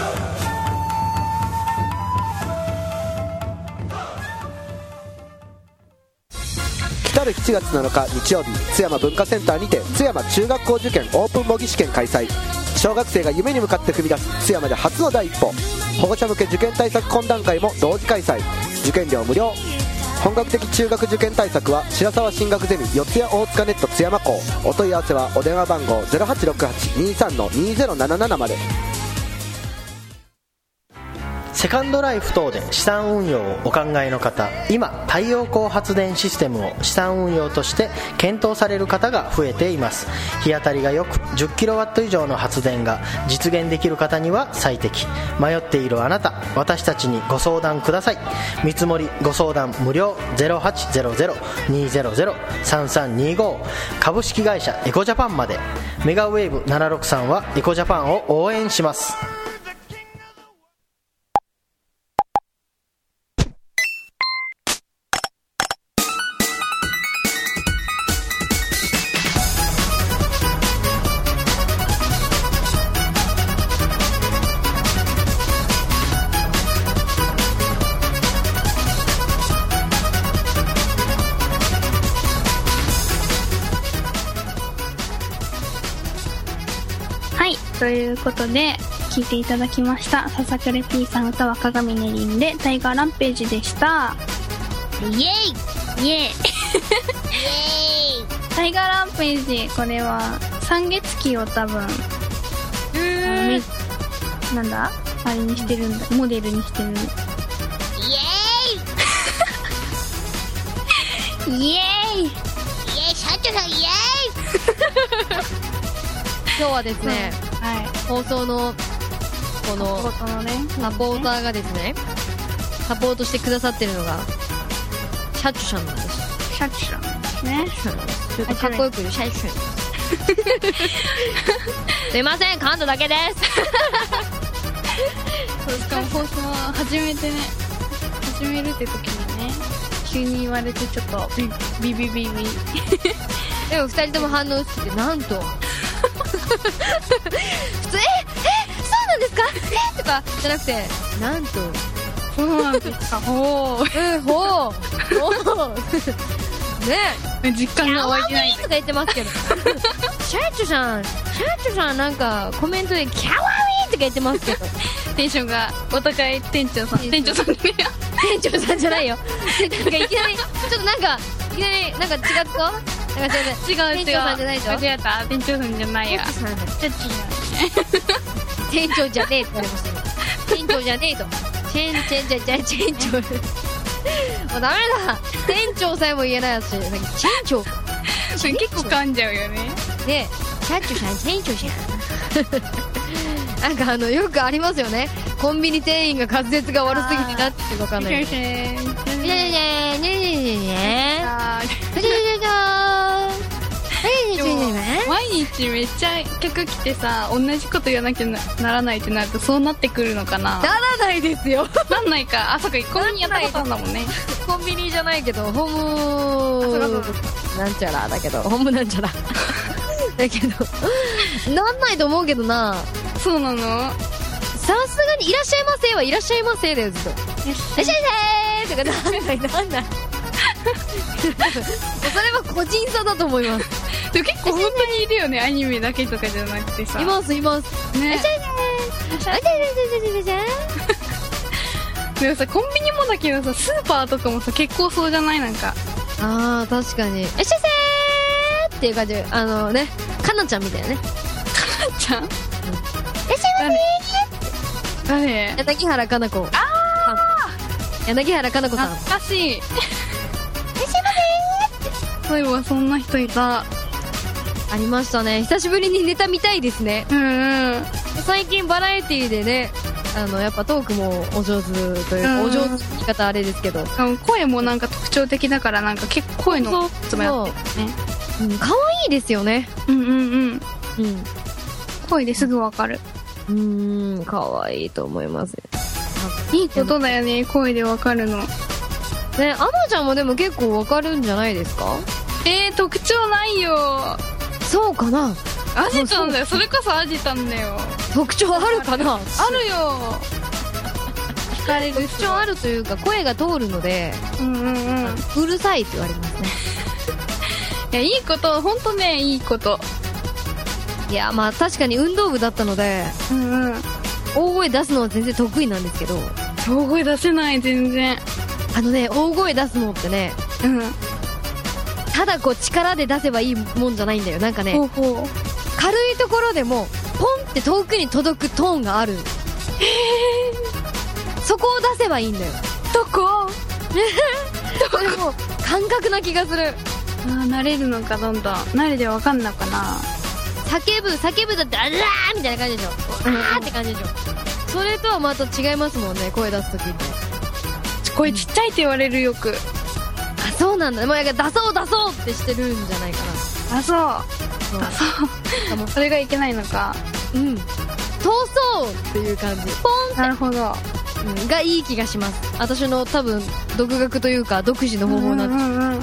来たるしちがつなのか日曜日、津山文化センターにて津山中学校受験オープン模擬試験開催。小学生が夢に向かって踏み出す津山で初の第一歩。保護者向け受験対策懇談会も同時開催。受験料無料。本格的中学受験対策は白沢進学ゼミ四谷大塚ネット津山校。お問い合わせはお電話番号 ゼロはちろくはち にーさん のにーゼロなななな まで。 セカンドライフ等で資産運用をお考えの方、今太陽光発電システムを資産運用として検討される方が増えています。日当たりが良く じゅっキロワット 以上の発電が実現できる方には最適。迷っているあなた、私たちにご相談ください。見積もりご相談無料 ゼロはちゼロゼロ にーゼロゼロ さんさんにーご 株式会社エコジャパンまで。メガウェーブななろくさんはエコジャパンを応援します。 ということで聴いていただきました笹倉 P さん歌は鏡ねりんでタイガーランページでした。 イエイイエイイエイタイガーランページ、これは三月期を多分なんだあれにしてるんだ、モデルにしてる。 イエイイエイイエイ社長さんイエイ今日はですね、はい、放送のこのサポーターがですね、サポートしてくださってるのがシャッチュさんなんです。 シャッチュさんですね。 ちょっとかっこよく言うシャッチュすいません、感度だけですそう、しかも放送始めてね、始めるって時にね、急に言われてちょっとビビビビビでもふたりとも反応してて、なんと普通ええそうなんですかえとかじゃなくて、なんとそうなんですかほううんほうほうねえ実感が湧いてないとか言ってますけどシャッチュさんシャッチュさんなんかコメントでキャワウィーとか言ってますけどテンションがお高い店長さん店長さんね店長さんじゃないよなんかいきなりちょっとなんかいきなりなんか違ったなんか違う違う店長さんじゃないぞ。間違えた。店長さんじゃないや。ちょっと店長じゃねえって言われましたよ。店長じゃねえと。チェンチェンチェンチェンチェン長。 もうダメだ、店長さえも言えないし、なんか店長それ結構噛んじゃうよね。 で、社長さん店長じゃんなんかあのよくありますよね、コンビニ店員が滑舌が悪すぎてなって分かんないけど、ねねねねねねね毎日めっちゃ客来てさ、同じこと言わなきゃ な, ならないってなるとそうなってくるのかな。 ならないですよなんないか。あ、そっか、コンビニやったことあるんだもんね。 コンビニじゃないけどホームなんちゃらだけど、ホームなんちゃらだけどなんないと思うけどな。 そうなの。 さすがにいらっしゃいませはいらっしゃいませだよ、ずっといらっしゃいませーとかなんないなんないそれは個人差だと思います。 でも結構本当にいるよね、アニメだけとかじゃなくてさ。 いますいますね。 でもさ、コンビニもだけどさ、スーパーとかもさ結構そうじゃない？なんかあー確かに、いらっしゃいませーっていう感じ。あのね、かなちゃんみたいなね。かなちゃん、うん、いらっしゃいませー。 誰？ 柳原かな子。あー柳原かな子さん。 懐かしい。いらっしゃいませー。 そういえばそんな人いた。 ありましたね。久しぶりにネタ見たいですね。 うんうん。 最近バラエティでね、あのやっぱトークもお上手というか、うん、お上手って言い方あれですけど、 声もなんか特徴的だからなんか結構声のつもやってるね。 うん、可愛いですよね。 うんうんうん。うん。声ですぐわかる。 うーん、可愛いと思います。 いいことだよね、声でわかるの。 ね、アマちゃんもでも結構わかるんじゃないですか？ えー、特徴ないよ。 そうかな。 アジタンだよ。それこそアジタンだよ。 特徴あるかな？ あるよ。聞かれる。 特徴あるというか声が通るので、 うんうんうん、 うるさいって言われますね。 いや、いいこと、ほんとね、いいこと。 いや、まあ確かに運動部だったので、 うんうん、 大声出すのは全然得意なんですけど、 大声出せない全然。 あのね、大声出すのってね、 うん、 ただこう力で出せばいいもんじゃないんだよ。なんかね、 ほうほう、 軽いところでもポンって遠くに届くトーンがある。へー、そこを出せばいいんだよ。 どここれもう感覚な気がする。 あー、慣れるのか、どんどん慣れてわかんのかな。 叫ぶ叫ぶだってあらーみたいな感じでしょ。あーって感じでしょ。それとはまた違いますもんね、声出すときって。 声ちっちゃいって言われる、よく。 あ、そうなんだ。もう出そう出そうってしてるんじゃないかな。あ、そうそう出そうそれがいけないのか。 うん、通そうっていう感じ、ポンって。 なるほど、 うん、がいい気がします。私の多分独学というか独自の方法なんです。うん、うんうん、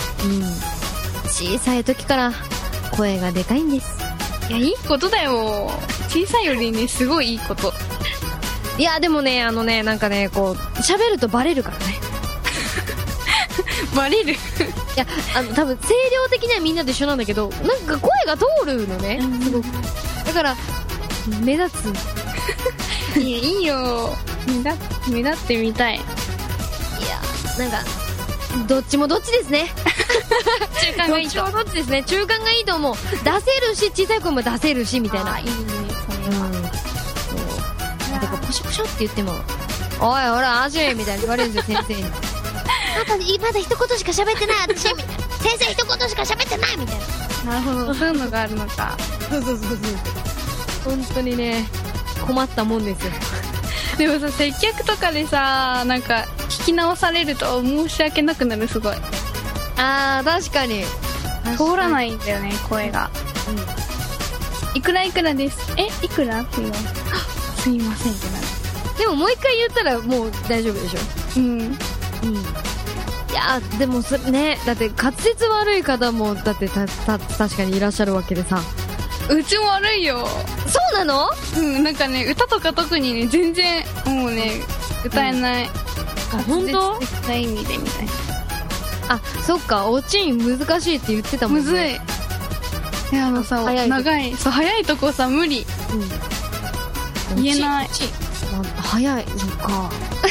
小さい時から声がでかいんです。 いや、いいことだよ。小さいよりね、すごいいいこと。 いや、でもね、あのね、なんかね、こう喋るとバレるからね。 バレる。いや、あの多分声量的にはみんなと一緒なんだけど、なんか声が通るのね、すごく。だから目立つ。 いや、いいよ、目立目立ってみたい。いや、なんかどっちもどっちですね。 中間がいいと。 どっちもどっちですね。中間がいいと思う。出せるし、小さい声も出せるしみたいな。 あ、いいね、それは。うん、そう。 だからポシポシって言っても、おいほらアジュみたいに言われるんですよ、先生に。 まだまだ一言しか喋ってない私みたいな。先生一言しか喋ってないみたいな。なるほど、そういうのがあるのか。 そうそうそうそう。本当にね、困ったもんですよ。 でもさ、接客とかでさ、なんか聞き直されると申し訳なくなる、すごい。 あー、確かに通らないんだよね、声が。うん。いくらいくらです。え、いくらって言うの。すいませんってなる。 でももう一回言ったらもう大丈夫でしょ。 うん。うん。 いやでもそれね、だって滑舌悪い方もだってたた確かにいらっしゃるわけでさ。 うちも悪いよ。 そうなの？ うん、なんかね、歌とか特にね、全然もうね、歌えない。うん、 あ、本当？ 絶対意味でみたいな。 あ、そっか、おちん難しいって言ってたもんね。 むずい。いや、あのさ、長い、そう、早いとこさ、無理。うん。言えない。 早い、そっか。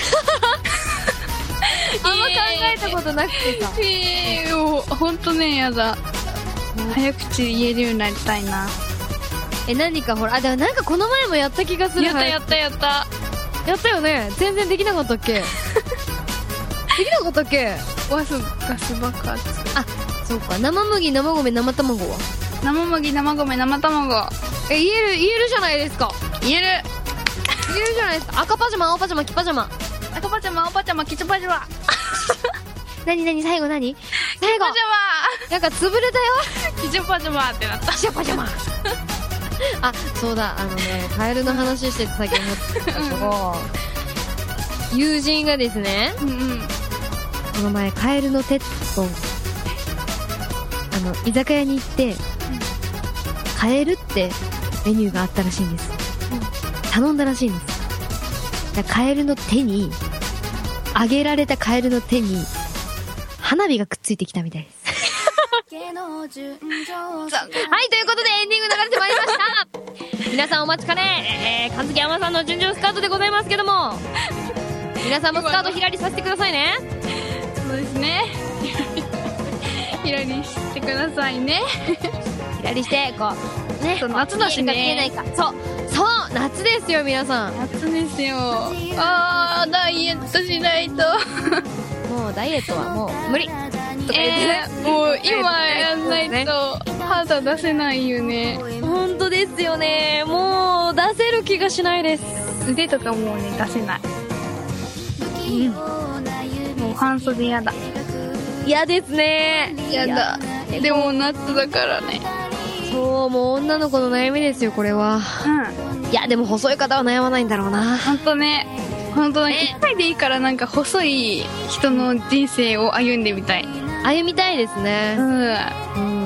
あんま考えたことなくてさ。 えー、もうほんとね、やだ。早口言えるようになりたいな。 え、何かほら、あ、でもなんかこの前もやった気がする。 やったやったやった。 やったよね。全然できなかったっけ？ できなかったっけ？ ガスガス爆発。 あ、そうか。生麦、生米、生卵は生麦、生米、生卵。 え、言える、言えるじゃないですか。 言える言えるじゃないですか。赤パジャマ、青パジャマ、黄パジャマ。 赤パジャマ、青パジャマ、キチパジャマ。 なになに最後なに最後パジャなんか潰れたよ。 キチパジャマってなった。 キチパジャマあ、そうだ、あのね、カエルの話しててさっき思ってたけど、友人がですね、 うんうん、 この前カエルのテッドあの居酒屋に行って、うん、カエルってメニューがあったらしいんです、うん、頼んだらしいんです。だからカエルの手に揚げられたカエルの手に花火がくっついてきたみたいですはい、ということでエンディング流れてまいりました皆さんお待ちかね、えー、神月山さんの純情スカートでございますけども、皆さんもスカートひらりさせてくださいね。 そうですねひらりしてくださいねひらりしてこうね、 夏だしね、 見えないか見えないか、そうそう夏ですよ皆さん、 夏ですよ。あーダイエットしないともうダイエットはもう無理とか言ってね、 えー、もう今やんないと肌出せないよね。 本当ですよね、もう出せる気がしないです。 腕とかもうね出せない、うん、もう半袖やだ。 嫌ですね。 やだ。でも夏だからね。 そう、もう女の子の悩みですよこれは、うん、いやでも細い方は悩まないんだろうな。 ほんとね、ほんとね、一回でいいからなんか細い人の人生を歩んでみたい。 歩みたいですね。うん、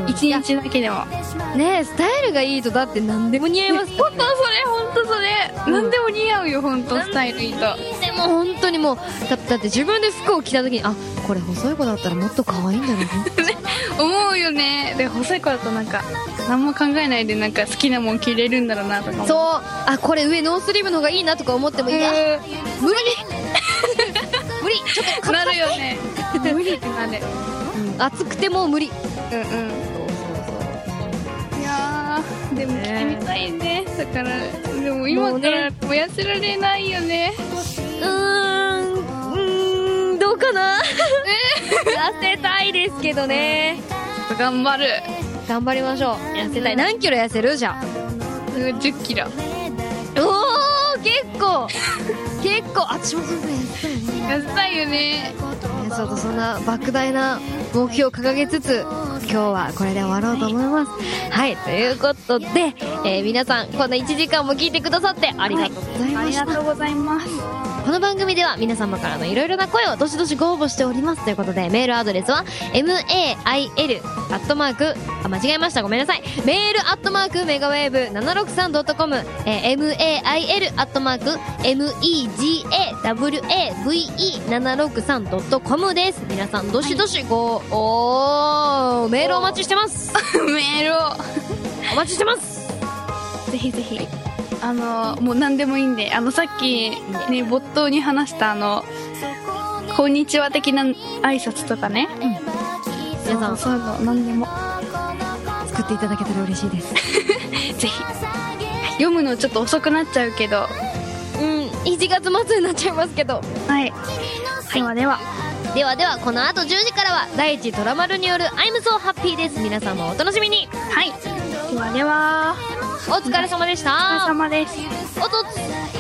一日だけでもねえ、スタイルがいいとだって何でも似合いますから、ね、 ほんとそれほんとそれ、うん、何でも似合うよほんとスタイルいいと。 でも本当にもう だ, だって自分で服を着た時に、あ、これ細い子だったらもっと可愛いんだろうね思うよね。で細い子だとなんか何も考えないでなんか好きなもん着れるんだろうなとか。 そう、あ、これ上ノースリーブの方がいいなとか思っても、いや無理無理、ちょっとなるよね無理ってなる、 うん、暑くてもう無理。 うんうん、そうそうそう。いやーでも着てみたいね。だからでも今からもう痩せられないよね。 うーん、うーん、どうかな痩せたいですけどね。 ちょっと頑張る。 頑張りましょう。痩せたい。何キロ痩せる？じゃあじゅっキロ。 おー、結構結構、私もそんな痩せたいね。 痩せたいよね。 そうと、そんな莫大な目標を掲げつつ今日はこれで終わろうと思います。はい、ということで、えー、皆さんこんないちじかんも聞いてくださってありがとうございました、 はい、ありがとうございます。 この番組では皆様からのいろいろな声をどしどしご応募しておりますということで、メールアドレスは マイル アットマーク、あ、間違えました、ごめんなさい、メールアットマークメガウェーブ ななろくさんドットコム、えー、マイル アットマーク メガウェーブ ななろくさんドットコム です。皆さんどしどしご、はい、おー、メールお待ちしてますメールをお待ちしてます。 ぜひぜひ、はい、あのもう何でもいいんで、あのさっきね冒頭に話したあのこんにちは的な挨拶とかね、うん、皆さんそういうの何でも作っていただけたら嬉しいですぜひ。読むのちょっと遅くなっちゃうけど、 うん、いちがつ末になっちゃいますけど、 はい、ではではではではこの後じゅうじからは第一トラマルによる I'm so happy です。皆さんもお楽しみに。 はい、ではではお疲れ様でした。 お疲れ様です。 おとつ